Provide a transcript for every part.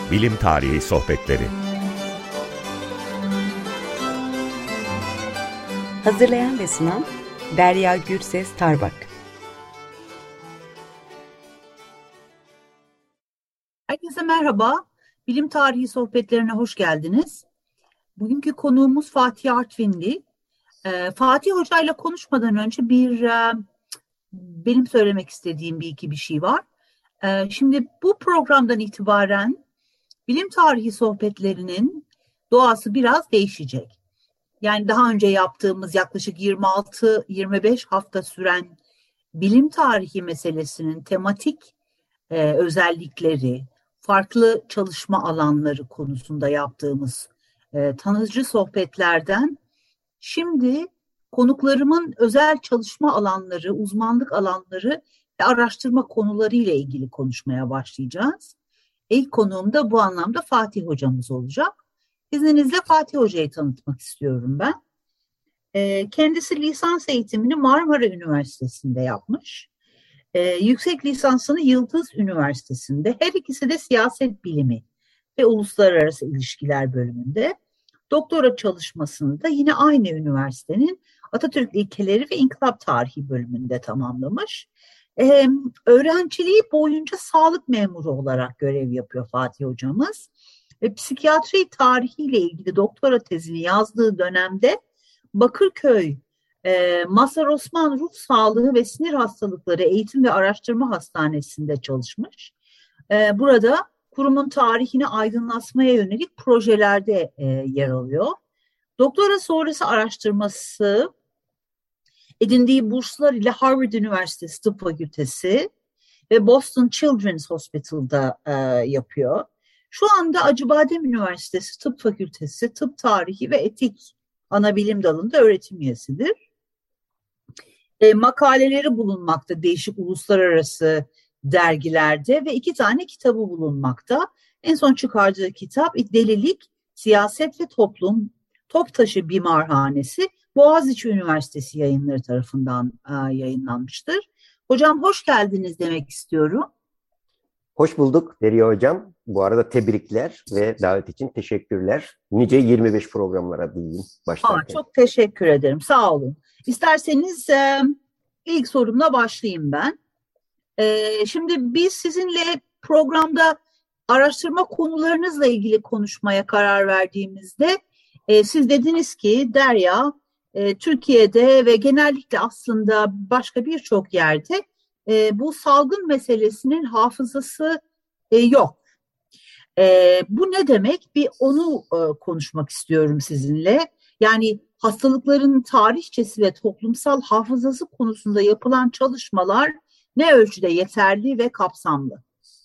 Bilim Tarihi Sohbetleri. Hazırlayan ve sunan Derya Gürses Tarbak. Herkese merhaba. Bilim Tarihi Sohbetlerine hoş geldiniz. Bugünkü konuğumuz Fatih Artvinli. Fatih Hoca ile konuşmadan önce benim söylemek istediğim bir şey var. Şimdi bu programdan itibaren bilim tarihi sohbetlerinin doğası biraz değişecek. Yani daha önce yaptığımız yaklaşık 26-25 hafta süren bilim tarihi meselesinin tematik özellikleri, farklı çalışma alanları konusunda yaptığımız tanıcı sohbetlerden şimdi konuklarımın özel çalışma alanları, uzmanlık alanları ve araştırma konuları ile ilgili konuşmaya başlayacağız. İlk konuğum da bu anlamda Fatih Hocamız olacak. İzninizle Fatih Hoca'yı tanıtmak istiyorum ben. Kendisi lisans eğitimini Marmara Üniversitesi'nde yapmış. Yüksek lisansını Yıldız Üniversitesi'nde, her ikisi de siyaset bilimi ve uluslararası ilişkiler bölümünde. Doktora çalışmasını da yine aynı üniversitenin Atatürk İlkeleri ve İnkılap Tarihi bölümünde tamamlamış. Öğrenciliği boyunca sağlık memuru olarak görev yapıyor Fatih Hocamız. Psikiyatri tarihiyle ilgili doktora tezini yazdığı dönemde Bakırköy Mazhar Osman Ruh Sağlığı ve Sinir Hastalıkları Eğitim ve Araştırma Hastanesi'nde çalışmış. Burada kurumun tarihini aydınlatmaya yönelik projelerde yer alıyor. Doktora sonrası araştırması edindiği burslar ile Harvard Üniversitesi Tıp Fakültesi ve Boston Children's Hospital'da yapıyor. Şu anda Acıbadem Üniversitesi Tıp Fakültesi Tıp Tarihi ve Etik Anabilim Dalı'nda öğretim üyesidir. Makaleleri bulunmakta değişik uluslararası dergilerde ve 2 tane kitabı bulunmakta. En son çıkardığı kitap Delilik, Siyaset ve Toplum, Toptaşı Bimarhanesi, Boğaziçi Üniversitesi yayınları tarafından yayınlanmıştır. Hocam hoş geldiniz demek istiyorum. Hoş bulduk Derya Hocam. Bu arada tebrikler ve davet için teşekkürler. Nice 25 programlara diyeyim başlarken. Çok teşekkür ederim. Sağ olun. İsterseniz ilk sorumla başlayayım ben. Şimdi biz sizinle programda araştırma konularınızla ilgili konuşmaya karar verdiğimizde siz dediniz ki Derya, Türkiye'de ve genellikle aslında başka birçok yerde bu salgın meselesinin hafızası yok. Bu ne demek? Bir onu konuşmak istiyorum sizinle. Yani hastalıkların tarihçesi ve toplumsal hafızası konusunda yapılan çalışmalar ne ölçüde yeterli ve kapsamlı?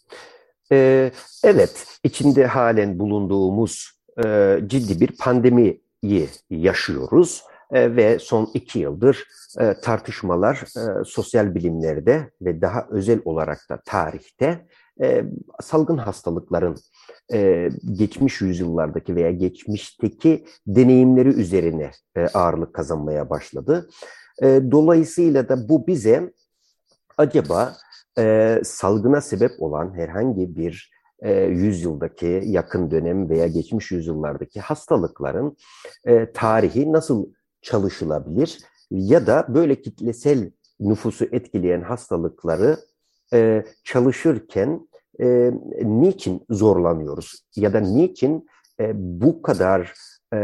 Evet, içinde halen bulunduğumuz ciddi bir pandemiyi yaşıyoruz ve son 2 yıldır tartışmalar sosyal bilimlerde ve daha özel olarak da tarihte salgın hastalıkların geçmiş yüzyıllardaki veya geçmişteki deneyimleri üzerine ağırlık kazanmaya başladı. Dolayısıyla da bu bize acaba salgına sebep olan herhangi bir yüzyıldaki yakın dönem veya geçmiş yüzyıllardaki hastalıkların tarihi nasıl çalışılabilir ya da böyle kitlesel nüfusu etkileyen hastalıkları çalışırken niçin zorlanıyoruz ya da niçin bu kadar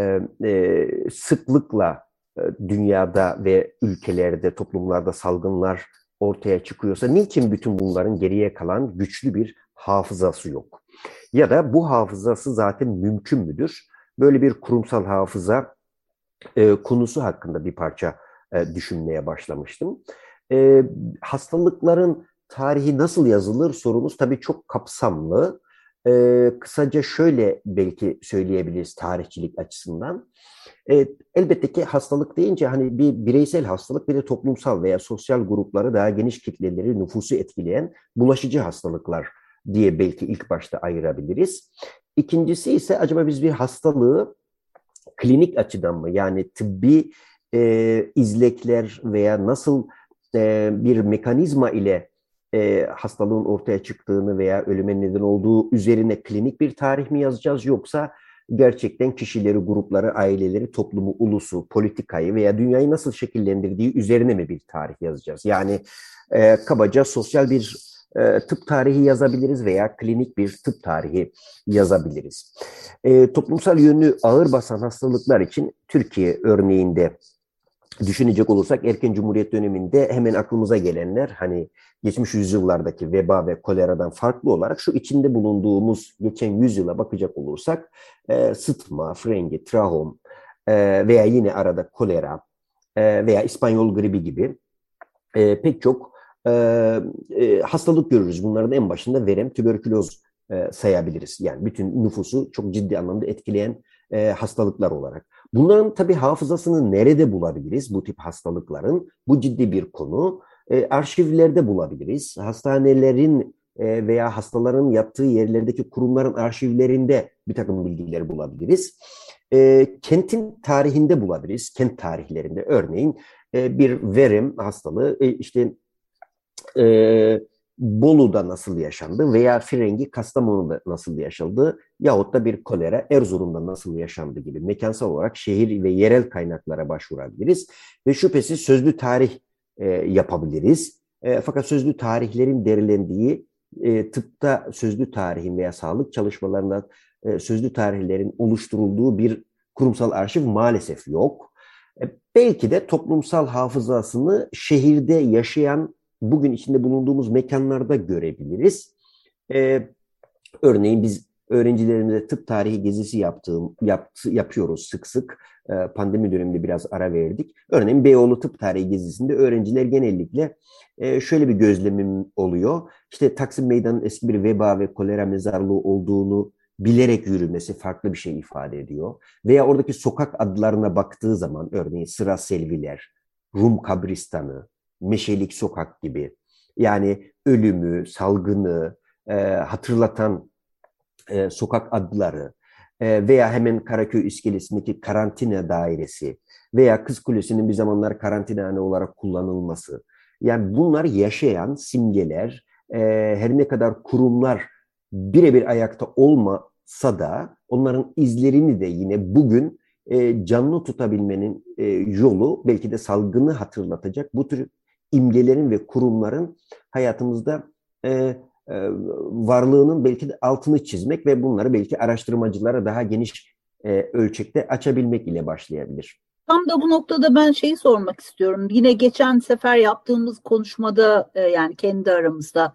sıklıkla dünyada ve ülkelerde, toplumlarda salgınlar ortaya çıkıyorsa niçin bütün bunların geriye kalan güçlü bir hafızası yok? Ya da bu hafızası zaten mümkün müdür? Böyle bir kurumsal hafıza konusu hakkında bir parça düşünmeye başlamıştım. Hastalıkların tarihi nasıl yazılır sorunuz tabii çok kapsamlı. Kısaca şöyle belki söyleyebiliriz tarihçilik açısından. Elbette ki hastalık deyince hani bir bireysel hastalık bir de toplumsal veya sosyal grupları daha geniş kitleleri nüfusu etkileyen bulaşıcı hastalıklar diye belki ilk başta ayırabiliriz. İkincisi ise acaba biz bir hastalığı klinik açıdan mı yani tıbbi izlekler veya nasıl bir mekanizma ile hastalığın ortaya çıktığını veya ölüme neden olduğu üzerine klinik bir tarih mi yazacağız, yoksa gerçekten kişileri, grupları, aileleri, toplumu, ulusu, politikayı veya dünyayı nasıl şekillendirdiği üzerine mi bir tarih yazacağız? Yani kabaca sosyal bir tıp tarihi yazabiliriz veya klinik bir tıp tarihi yazabiliriz. Toplumsal yönü ağır basan hastalıklar için Türkiye örneğinde düşünecek olursak, erken Cumhuriyet döneminde hemen aklımıza gelenler, hani geçmiş yüzyıllardaki veba ve koleradan farklı olarak şu içinde bulunduğumuz geçen yüzyıla bakacak olursak sıtma, frengi, trahom veya yine arada kolera veya İspanyol gribi gibi pek çok hastalık görürüz. Bunların en başında verem, tüberküloz sayabiliriz. Yani bütün nüfusu çok ciddi anlamda etkileyen hastalıklar olarak. Bunların tabii hafızasını nerede bulabiliriz, bu tip hastalıkların? Bu ciddi bir konu. Arşivlerde bulabiliriz. Hastanelerin veya hastaların yattığı yerlerdeki kurumların arşivlerinde bir takım bilgileri bulabiliriz. Kentin tarihinde bulabiliriz. Kent tarihlerinde örneğin bir verem hastalığı işte Bolu'da nasıl yaşandı veya Frengi Kastamonu'da nasıl yaşandı yahut da bir kolera Erzurum'da nasıl yaşandı gibi mekansal olarak şehir ve yerel kaynaklara başvurabiliriz ve şüphesiz sözlü tarih yapabiliriz. Fakat sözlü tarihlerin derilendiği, tıpta sözlü tarihin veya sağlık çalışmalarında sözlü tarihlerin oluşturulduğu bir kurumsal arşiv maalesef yok. Belki de toplumsal hafızasını şehirde yaşayan, bugün içinde bulunduğumuz mekanlarda görebiliriz. Örneğin biz öğrencilerimize tıp tarihi gezisi yapıyoruz sık sık. Pandemi döneminde biraz ara verdik. Örneğin Beyoğlu Tıp Tarihi gezisinde öğrenciler genellikle şöyle bir gözlemim oluyor. İşte Taksim Meydanı'nın eski bir veba ve kolera mezarlığı olduğunu bilerek yürümesi farklı bir şey ifade ediyor. Veya oradaki sokak adlarına baktığı zaman örneğin Sıra Selviler, Rum Kabristanı, Meşelik Sokak gibi, yani ölümü, salgını hatırlatan sokak adları veya hemen Karaköy iskelesindeki karantina dairesi veya Kız Kulesi'nin bir zamanlar karantinahane olarak kullanılması. Yani bunlar yaşayan simgeler, her ne kadar kurumlar birebir ayakta olmasa da onların izlerini de yine bugün canlı tutabilmenin yolu belki de salgını hatırlatacak bu tür imgelerin ve kurumların hayatımızda varlığının belki de altını çizmek ve bunları belki araştırmacılara daha geniş ölçekte açabilmek ile başlayabilir. Tam da bu noktada ben şeyi sormak istiyorum. Yine geçen sefer yaptığımız konuşmada yani kendi aramızda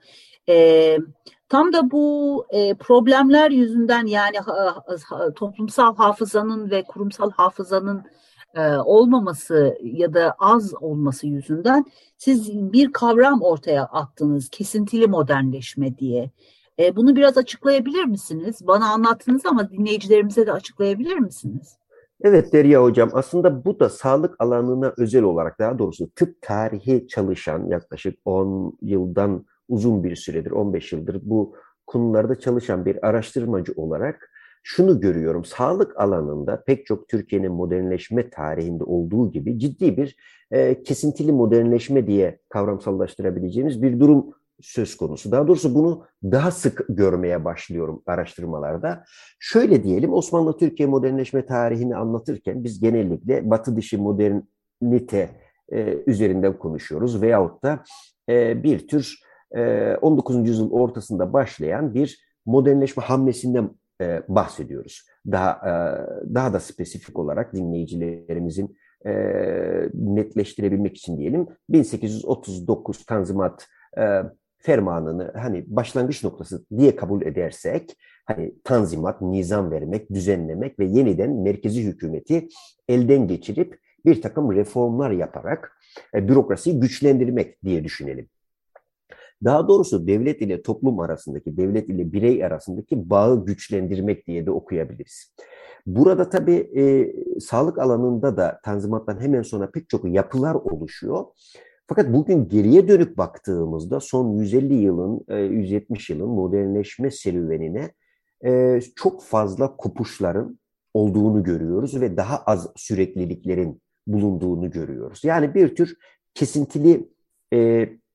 tam da bu problemler yüzünden, yani toplumsal hafızanın ve kurumsal hafızanın olmaması ya da az olması yüzünden siz bir kavram ortaya attınız, kesintili modernleşme diye. Bunu biraz açıklayabilir misiniz? Bana anlattınız ama dinleyicilerimize de açıklayabilir misiniz? Evet Derya Hocam, aslında bu da sağlık alanına özel olarak, daha doğrusu tıp tarihi çalışan, yaklaşık 10 yıldan uzun bir süredir, 15 yıldır bu konularda çalışan bir araştırmacı olarak şunu görüyorum. Sağlık alanında pek çok Türkiye'nin modernleşme tarihinde olduğu gibi ciddi bir kesintili modernleşme diye kavramsallaştırabileceğimiz bir durum söz konusu. Daha doğrusu bunu daha sık görmeye başlıyorum araştırmalarda. Şöyle diyelim, Osmanlı-Türkiye modernleşme tarihini anlatırken biz genellikle batı dışı modernite üzerinden konuşuyoruz veyahut da bir tür 19. yüzyıl ortasında başlayan bir modernleşme hamlesinden bahsediyoruz. Daha da spesifik olarak dinleyicilerimizin netleştirebilmek için diyelim, 1839 Tanzimat fermanını hani başlangıç noktası diye kabul edersek, hani tanzimat, nizam vermek, düzenlemek ve yeniden merkezi hükümeti elden geçirip bir takım reformlar yaparak bürokrasiyi güçlendirmek diye düşünelim. Daha doğrusu devlet ile toplum arasındaki, devlet ile birey arasındaki bağı güçlendirmek diye de okuyabiliriz. Burada tabii sağlık alanında da Tanzimat'tan hemen sonra pek çok yapılar oluşuyor. Fakat bugün geriye dönüp baktığımızda son 150 yılın, 170 yılın modernleşme serüvenine çok fazla kopuşların olduğunu görüyoruz ve daha az sürekliliklerin bulunduğunu görüyoruz. Yani bir tür kesintili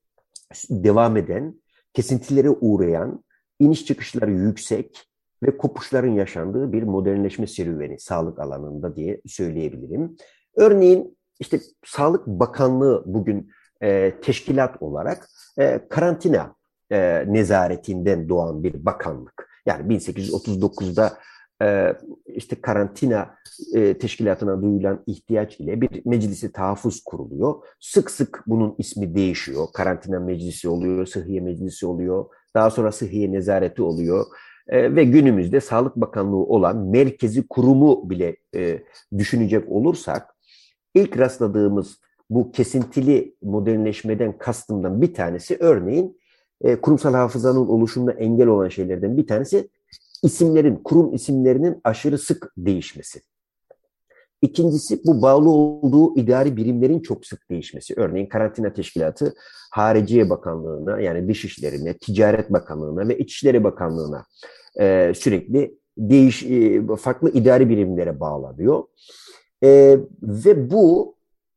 devam eden, kesintilere uğrayan, iniş çıkışları yüksek ve kopuşların yaşandığı bir modernleşme serüveni sağlık alanında diye söyleyebilirim. Örneğin işte Sağlık Bakanlığı bugün teşkilat olarak karantina nezaretinden doğan bir bakanlık. Yani 1839'da işte karantina teşkilatına duyulan ihtiyaç ile bir meclisi tahaffuz kuruluyor. Sık sık bunun ismi değişiyor. Karantina meclisi oluyor, sıhhiye meclisi oluyor. Daha sonra sıhhiye nezareti oluyor. Ve günümüzde Sağlık Bakanlığı olan merkezi kurumu bile düşünecek olursak, ilk rastladığımız bu kesintili modernleşmeden kastımdan bir tanesi örneğin kurumsal hafızanın oluşumuna engel olan şeylerden bir tanesi kurum isimlerinin aşırı sık değişmesi. İkincisi bu bağlı olduğu idari birimlerin çok sık değişmesi. Örneğin karantina teşkilatı Hariciye Bakanlığı'na, yani Dışişleri'ne, Ticaret Bakanlığı'na ve İçişleri Bakanlığı'na sürekli farklı idari birimlere bağlanıyor. Ve bu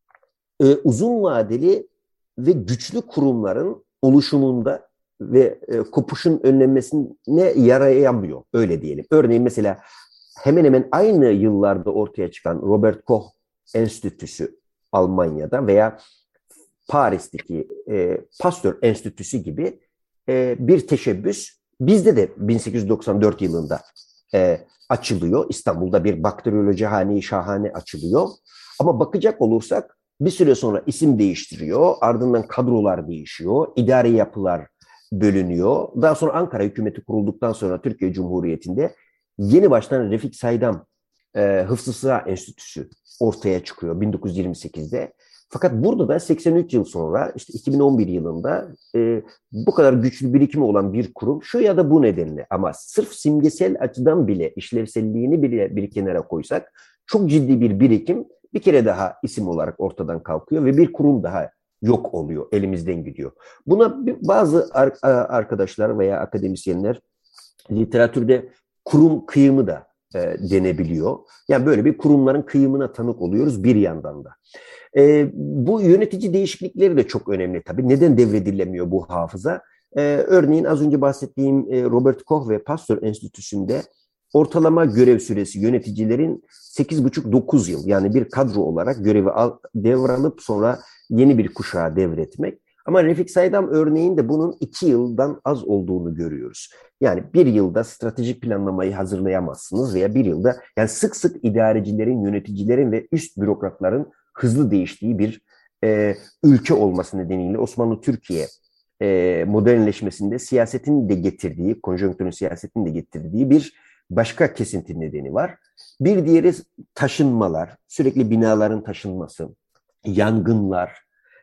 uzun vadeli ve güçlü kurumların oluşumunda ve kopuşun önlenmesine yarayamıyor, öyle diyelim. Örneğin mesela hemen hemen aynı yıllarda ortaya çıkan Robert Koch Enstitüsü Almanya'da veya Paris'teki Pasteur Enstitüsü gibi bir teşebbüs bizde de 1894 yılında açılıyor. İstanbul'da bir bakteriyoloji şahane açılıyor. Ama bakacak olursak bir süre sonra isim değiştiriyor, ardından kadrolar değişiyor, idari yapılar bölünüyor. Daha sonra Ankara hükümeti kurulduktan sonra Türkiye Cumhuriyeti'nde yeni baştan Refik Saydam Hıfzı Sıha Enstitüsü ortaya çıkıyor 1928'de. Fakat burada da 83 yıl sonra işte 2011 yılında bu kadar güçlü birikimi olan bir kurum şu ya da bu nedenle, ama sırf simgesel açıdan bile işlevselliğini bile bir kenara koysak çok ciddi bir birikim bir kere daha isim olarak ortadan kalkıyor ve bir kurum daha yok oluyor, elimizden gidiyor. Buna bazı arkadaşlar veya akademisyenler literatürde kurum kıyımı da denebiliyor. Yani böyle bir kurumların kıyımına tanık oluyoruz bir yandan da. Bu yönetici değişiklikleri de çok önemli tabii. Neden devredilemiyor bu hafıza? Örneğin az önce bahsettiğim Robert Koch ve Pasteur Enstitüsü'nde ortalama görev süresi yöneticilerin 8,5-9 yıl, yani bir kadro olarak görevi devralıp sonra yeni bir kuşağa devretmek. Ama Refik Saydam örneğinde bunun 2 yıldan az olduğunu görüyoruz. Yani bir yılda stratejik planlamayı hazırlayamazsınız veya bir yılda, yani sık sık idarecilerin, yöneticilerin ve üst bürokratların hızlı değiştiği bir ülke olması nedeniyle Osmanlı Türkiye modernleşmesinde siyasetin de getirdiği, konjonktürün siyasetin de getirdiği bir başka kesinti nedeni var. Bir diğeri taşınmalar, sürekli binaların taşınması, yangınlar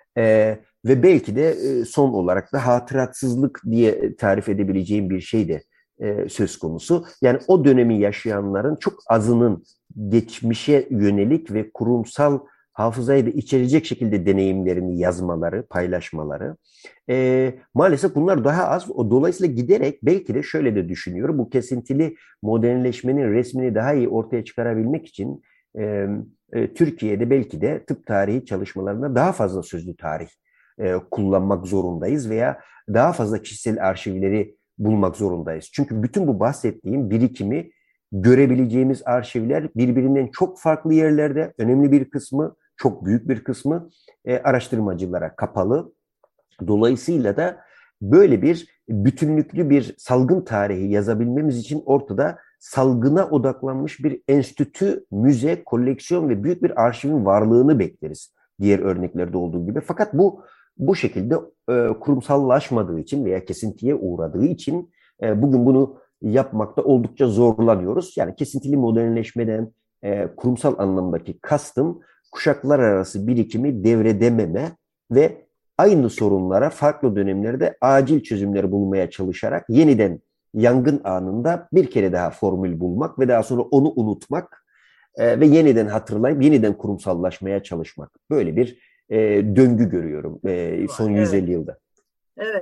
ve belki de son olarak da hatıratsızlık diye tarif edebileceğim bir şey de söz konusu. Yani o dönemi yaşayanların çok azının geçmişe yönelik ve kurumsal hafızayı da içerecek şekilde deneyimlerini yazmaları, paylaşmaları. Maalesef bunlar daha az. Dolayısıyla giderek belki de şöyle de düşünüyorum. Bu kesintili modernleşmenin resmini daha iyi ortaya çıkarabilmek için Türkiye'de belki de tıp tarihi çalışmalarında daha fazla sözlü tarih kullanmak zorundayız veya daha fazla kişisel arşivleri bulmak zorundayız. Çünkü bütün bu bahsettiğim birikimi görebileceğimiz arşivler birbirinden çok farklı yerlerde, önemli bir kısmı, çok büyük bir kısmı araştırmacılara kapalı. Dolayısıyla da böyle bir bütünlüklü bir salgın tarihi yazabilmemiz için ortada salgına odaklanmış bir enstitü, müze, koleksiyon ve büyük bir arşivin varlığını bekleriz diğer örneklerde olduğu gibi. Fakat bu şekilde kurumsallaşmadığı için veya kesintiye uğradığı için bugün bunu yapmakta oldukça zorlanıyoruz. Yani kesintili modernleşmeden kurumsal anlamdaki kastım kuşaklar arası birikimi devredememe ve aynı sorunlara farklı dönemlerde acil çözümler bulmaya çalışarak yeniden yangın anında bir kere daha formül bulmak ve daha sonra onu unutmak ve yeniden hatırlayıp yeniden kurumsallaşmaya çalışmak. Böyle bir döngü görüyorum son 150 yılda. Evet.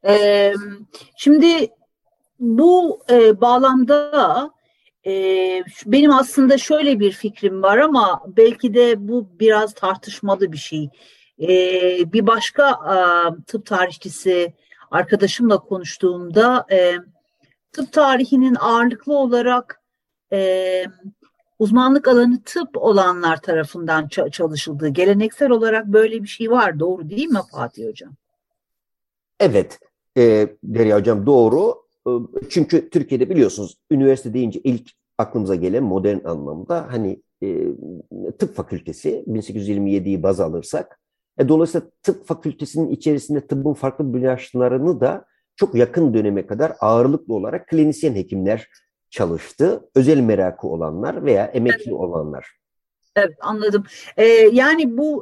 Şimdi bu bağlamda benim aslında şöyle bir fikrim var ama belki de bu biraz tartışmalı bir şey. Bir başka tıp tarihçisi arkadaşımla konuştuğumda tıp tarihinin ağırlıklı olarak uzmanlık alanı tıp olanlar tarafından çalışıldığı, geleneksel olarak böyle bir şey var. Doğru değil mi Fatih Hocam? Evet, Derya Hocam doğru. Çünkü Türkiye'de biliyorsunuz üniversite deyince ilk aklımıza gelen modern anlamda hani tıp fakültesi 1827'yi baz alırsak. Dolayısıyla tıp fakültesinin içerisinde tıbbın farklı branşlarını da çok yakın döneme kadar ağırlıklı olarak klinisyen hekimler çalıştı. Özel merakı olanlar veya emekli olanlar. Evet, anladım. Yani bu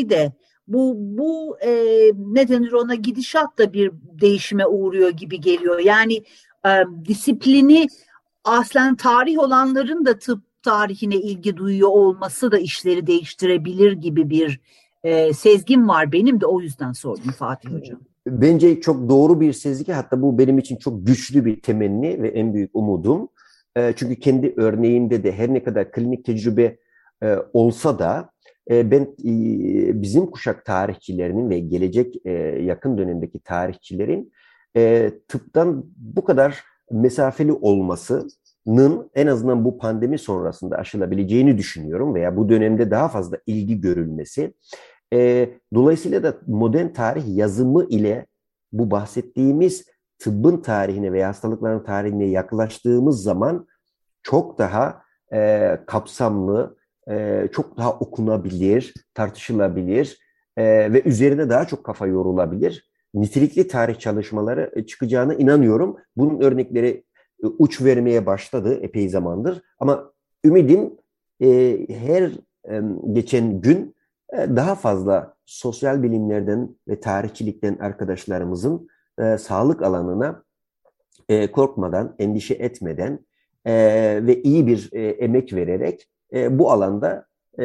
bu ne denir ona, gidişat da bir değişime uğruyor gibi geliyor. Yani disiplini aslen tarih olanların da tıp tarihine ilgi duyuyor olması da işleri değiştirebilir gibi bir sezgim var. Benim de o yüzden sordum Fatih Hocam. Bence çok doğru bir sezgi. Hatta bu benim için çok güçlü bir temenni ve en büyük umudum. Çünkü kendi örneğimde de her ne kadar klinik tecrübe olsa da ben bizim kuşak tarihçilerinin ve gelecek yakın dönemdeki tarihçilerin tıptan bu kadar mesafeli olmasının en azından bu pandemi sonrasında aşılabileceğini düşünüyorum veya bu dönemde daha fazla ilgi görülmesi. Dolayısıyla da modern tarih yazımı ile bu bahsettiğimiz tıbbın tarihine veya hastalıkların tarihine yaklaştığımız zaman çok daha kapsamlı, çok daha okunabilir, tartışılabilir ve üzerine daha çok kafa yorulabilir, nitelikli tarih çalışmaları çıkacağına inanıyorum. Bunun örnekleri uç vermeye başladı epey zamandır ama ümidim her geçen gün daha fazla sosyal bilimlerden ve tarihçilikten arkadaşlarımızın sağlık alanına korkmadan, endişe etmeden ve iyi bir emek vererek bu alanda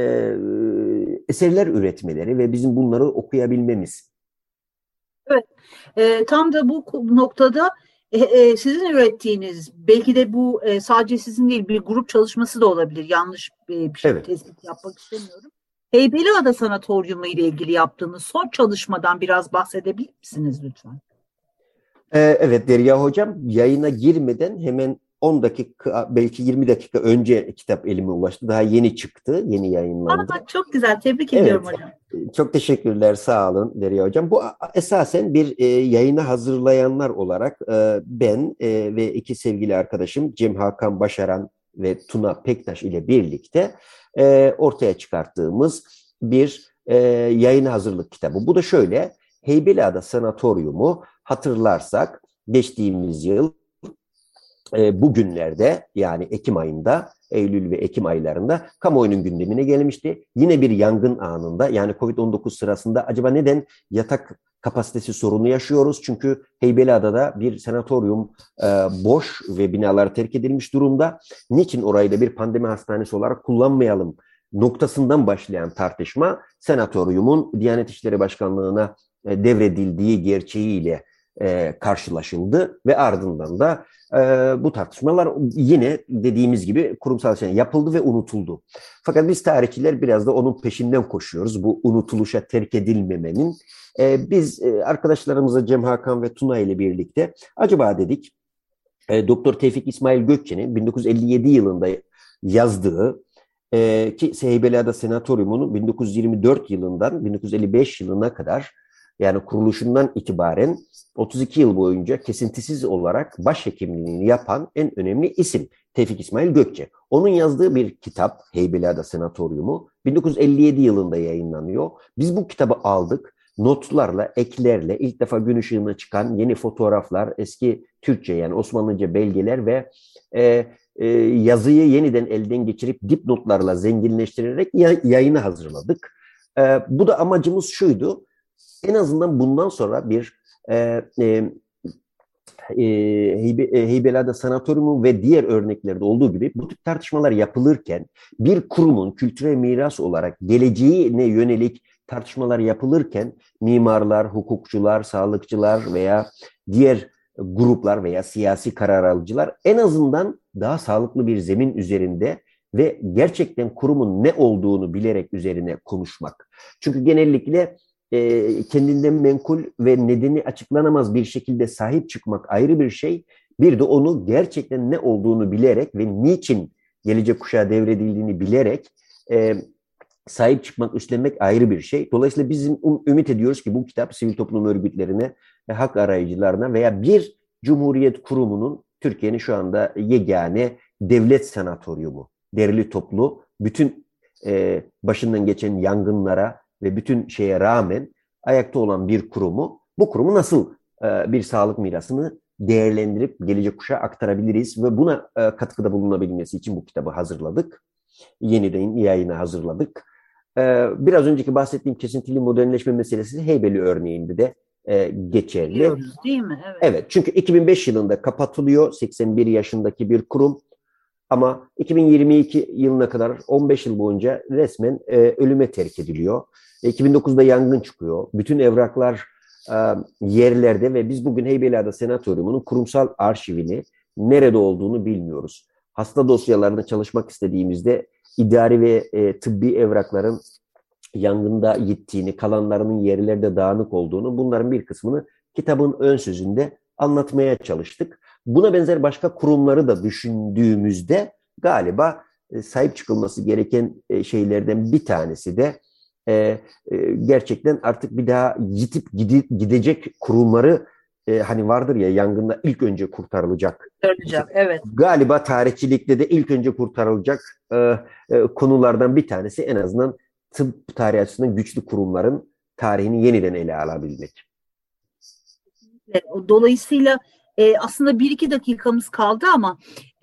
eserler üretmeleri ve bizim bunları okuyabilmemiz. Evet, tam da bu noktada sizin ürettiğiniz, belki de bu sadece sizin değil bir grup çalışması da olabilir. Yanlış bir şey, Evet. tespit yapmak istemiyorum. Heybeliada Sanatoryumu ile ilgili yaptığınız son çalışmadan biraz bahsedebilir misiniz lütfen? Evet Derya Hocam, yayına girmeden hemen 10 dakika belki 20 dakika önce kitap elime ulaştı. Daha yeni çıktı, yeni yayınlandı. Çok güzel, tebrik ediyorum hocam. Çok teşekkürler, sağ olun Derya Hocam. Bu esasen bir yayına hazırlayanlar olarak ben ve iki sevgili arkadaşım Cem Hakan Başaran ve Tuna Pektaş ile birlikte ortaya çıkarttığımız bir yayın hazırlık kitabı. Bu da şöyle, Heybeliada Sanatoryumu hatırlarsak geçtiğimiz yıl bugünlerde yani Ekim ayında, Eylül ve Ekim aylarında kamuoyunun gündemine gelmişti. Yine bir yangın anında yani Covid-19 sırasında acaba neden yatak kapasitesi sorunu yaşıyoruz? Çünkü Heybeliada'da bir sanatoryum boş ve binalar terk edilmiş durumda. Niçin orayı da bir pandemi hastanesi olarak kullanmayalım noktasından başlayan tartışma sanatoryumun Diyanet İşleri Başkanlığı'na devredildiği gerçeğiyle karşılaşıldı ve ardından da bu tartışmalar yine dediğimiz gibi kurumsal şey yapıldı ve unutuldu. Fakat biz tarihçiler biraz da onun peşinden koşuyoruz. Bu unutuluşa terk edilmemenin. Biz arkadaşlarımızla Cem Hakan ve Tuna ile birlikte acaba dedik Doktor Tevfik İsmail Gökçe'nin 1957 yılında yazdığı ki Heybeliada Sanatoryumu'nun 1924 yılından 1955 yılına kadar yani kuruluşundan itibaren 32 yıl boyunca kesintisiz olarak başhekimliğini yapan en önemli isim Tevfik İsmail Gökçe. Onun yazdığı bir kitap Heybeliada Sanatoryumu 1957 yılında yayınlanıyor. Biz bu kitabı aldık. Notlarla, eklerle ilk defa gün ışığına çıkan yeni fotoğraflar, eski Türkçe yani Osmanlıca belgeler ve yazıyı yeniden elden geçirip dipnotlarla zenginleştirerek yayına hazırladık. Bu da amacımız şuydu. En azından bundan sonra bir Heybeliada Sanatoryumu ve diğer örneklerde olduğu gibi bu tip tartışmalar yapılırken bir kurumun kültürel miras olarak geleceğine yönelik tartışmalar yapılırken mimarlar, hukukçular, sağlıkçılar veya diğer gruplar veya siyasi karar alıcılar en azından daha sağlıklı bir zemin üzerinde ve gerçekten kurumun ne olduğunu bilerek üzerine konuşmak. Çünkü genellikle kendinden menkul ve nedeni açıklanamaz bir şekilde sahip çıkmak ayrı bir şey. Bir de onu gerçekten ne olduğunu bilerek ve niçin gelecek kuşağa devredildiğini bilerek sahip çıkmak, üstlenmek ayrı bir şey. Dolayısıyla biz ümit ediyoruz ki bu kitap sivil toplum örgütlerine, hak arayıcılarına veya bir cumhuriyet kurumunun, Türkiye'nin şu anda yegane devlet sanatoryumu, derli toplu, bütün başından geçen yangınlara ve bütün şeye rağmen ayakta olan bir kurumu, bu kurumu nasıl bir sağlık mirasını değerlendirip gelecek kuşağa aktarabiliriz ve buna katkıda bulunabilmesi için bu kitabı hazırladık. Yeniden yayına hazırladık. Biraz önceki bahsettiğim kesintili modernleşme meselesi Heybeli örneğinde de geçerli. Biliyoruz, değil mi? Evet. Evet, çünkü 2005 yılında kapatılıyor 81 yaşındaki bir kurum ama 2022 yılına kadar 15 yıl boyunca resmen ölüme terk ediliyor. 2009'da yangın çıkıyor. Bütün evraklar yerlerde ve biz bugün Heybeliada Senatoryumu'nun kurumsal arşivini nerede olduğunu bilmiyoruz. Hasta dosyalarında çalışmak istediğimizde idari ve tıbbi evrakların yangında gittiğini, kalanlarının yerlerde dağınık olduğunu, bunların bir kısmını kitabın ön sözünde anlatmaya çalıştık. Buna benzer başka kurumları da düşündüğümüzde galiba sahip çıkılması gereken şeylerden bir tanesi de gerçekten artık bir daha gidecek kurumları, hani vardır ya, yangında ilk önce kurtarılacak. Evet. Galiba tarihçilikte de ilk önce kurtarılacak konulardan bir tanesi en azından tıp tarihi açısından güçlü kurumların tarihini yeniden ele alabilmek. Dolayısıyla aslında 1-2 dakikamız kaldı ama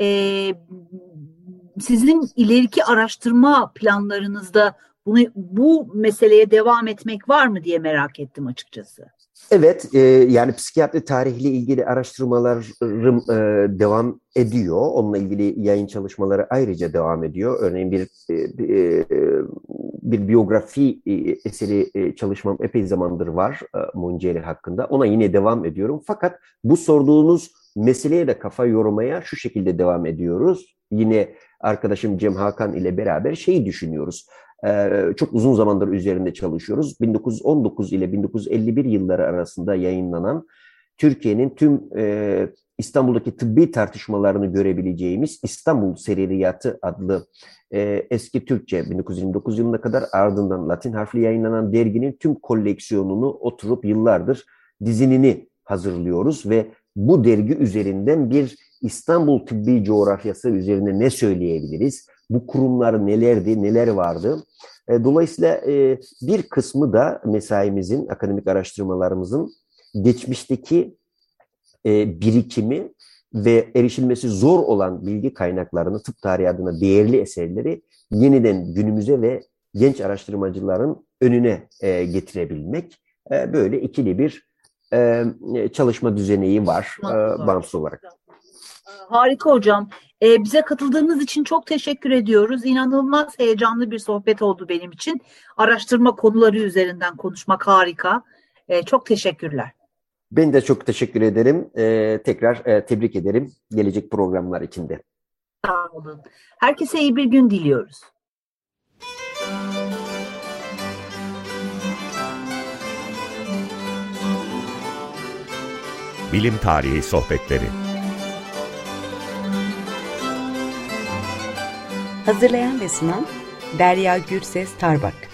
sizin ileriki araştırma planlarınızda bu meseleye devam etmek var mı diye merak ettim açıkçası. Evet, yani psikiyatri tarihle ilgili araştırmalarım devam ediyor. Onunla ilgili yayın çalışmaları ayrıca devam ediyor. Örneğin bir biyografi eseri çalışmam epey zamandır var Munceli hakkında. Ona yine devam ediyorum. Fakat bu sorduğunuz meseleye de kafa yormaya şu şekilde devam ediyoruz. Yine arkadaşım Cem Hakan ile beraber şeyi düşünüyoruz. Çok uzun zamandır üzerinde çalışıyoruz. 1919 ile 1951 yılları arasında yayınlanan Türkiye'nin tüm İstanbul'daki tıbbi tartışmalarını görebileceğimiz İstanbul Seririyatı adlı eski Türkçe 1929 yılına kadar, ardından Latin harfli yayınlanan derginin tüm koleksiyonunu oturup yıllardır dizinini hazırlıyoruz ve bu dergi üzerinden bir İstanbul tıbbi coğrafyası üzerine ne söyleyebiliriz? Bu kurumlar nelerdi, neler vardı? Dolayısıyla bir kısmı da mesaimizin, akademik araştırmalarımızın geçmişteki birikimi ve erişilmesi zor olan bilgi kaynaklarını, tıp tarihi adına değerli eserleri yeniden günümüze ve genç araştırmacıların önüne getirebilmek. Böyle ikili bir çalışma düzeneği var bağımsız olarak. Harika hocam. Bize katıldığınız için çok teşekkür ediyoruz. İnanılmaz heyecanlı bir sohbet oldu benim için. Araştırma konuları üzerinden konuşmak harika. Çok teşekkürler. Ben de çok teşekkür ederim. Tekrar tebrik ederim gelecek programlar için de. Sağ olun. Herkese iyi bir gün diliyoruz. Bilim Tarihi Sohbetleri. Hazırlayan ve sunan Derya Gürses Tarbak.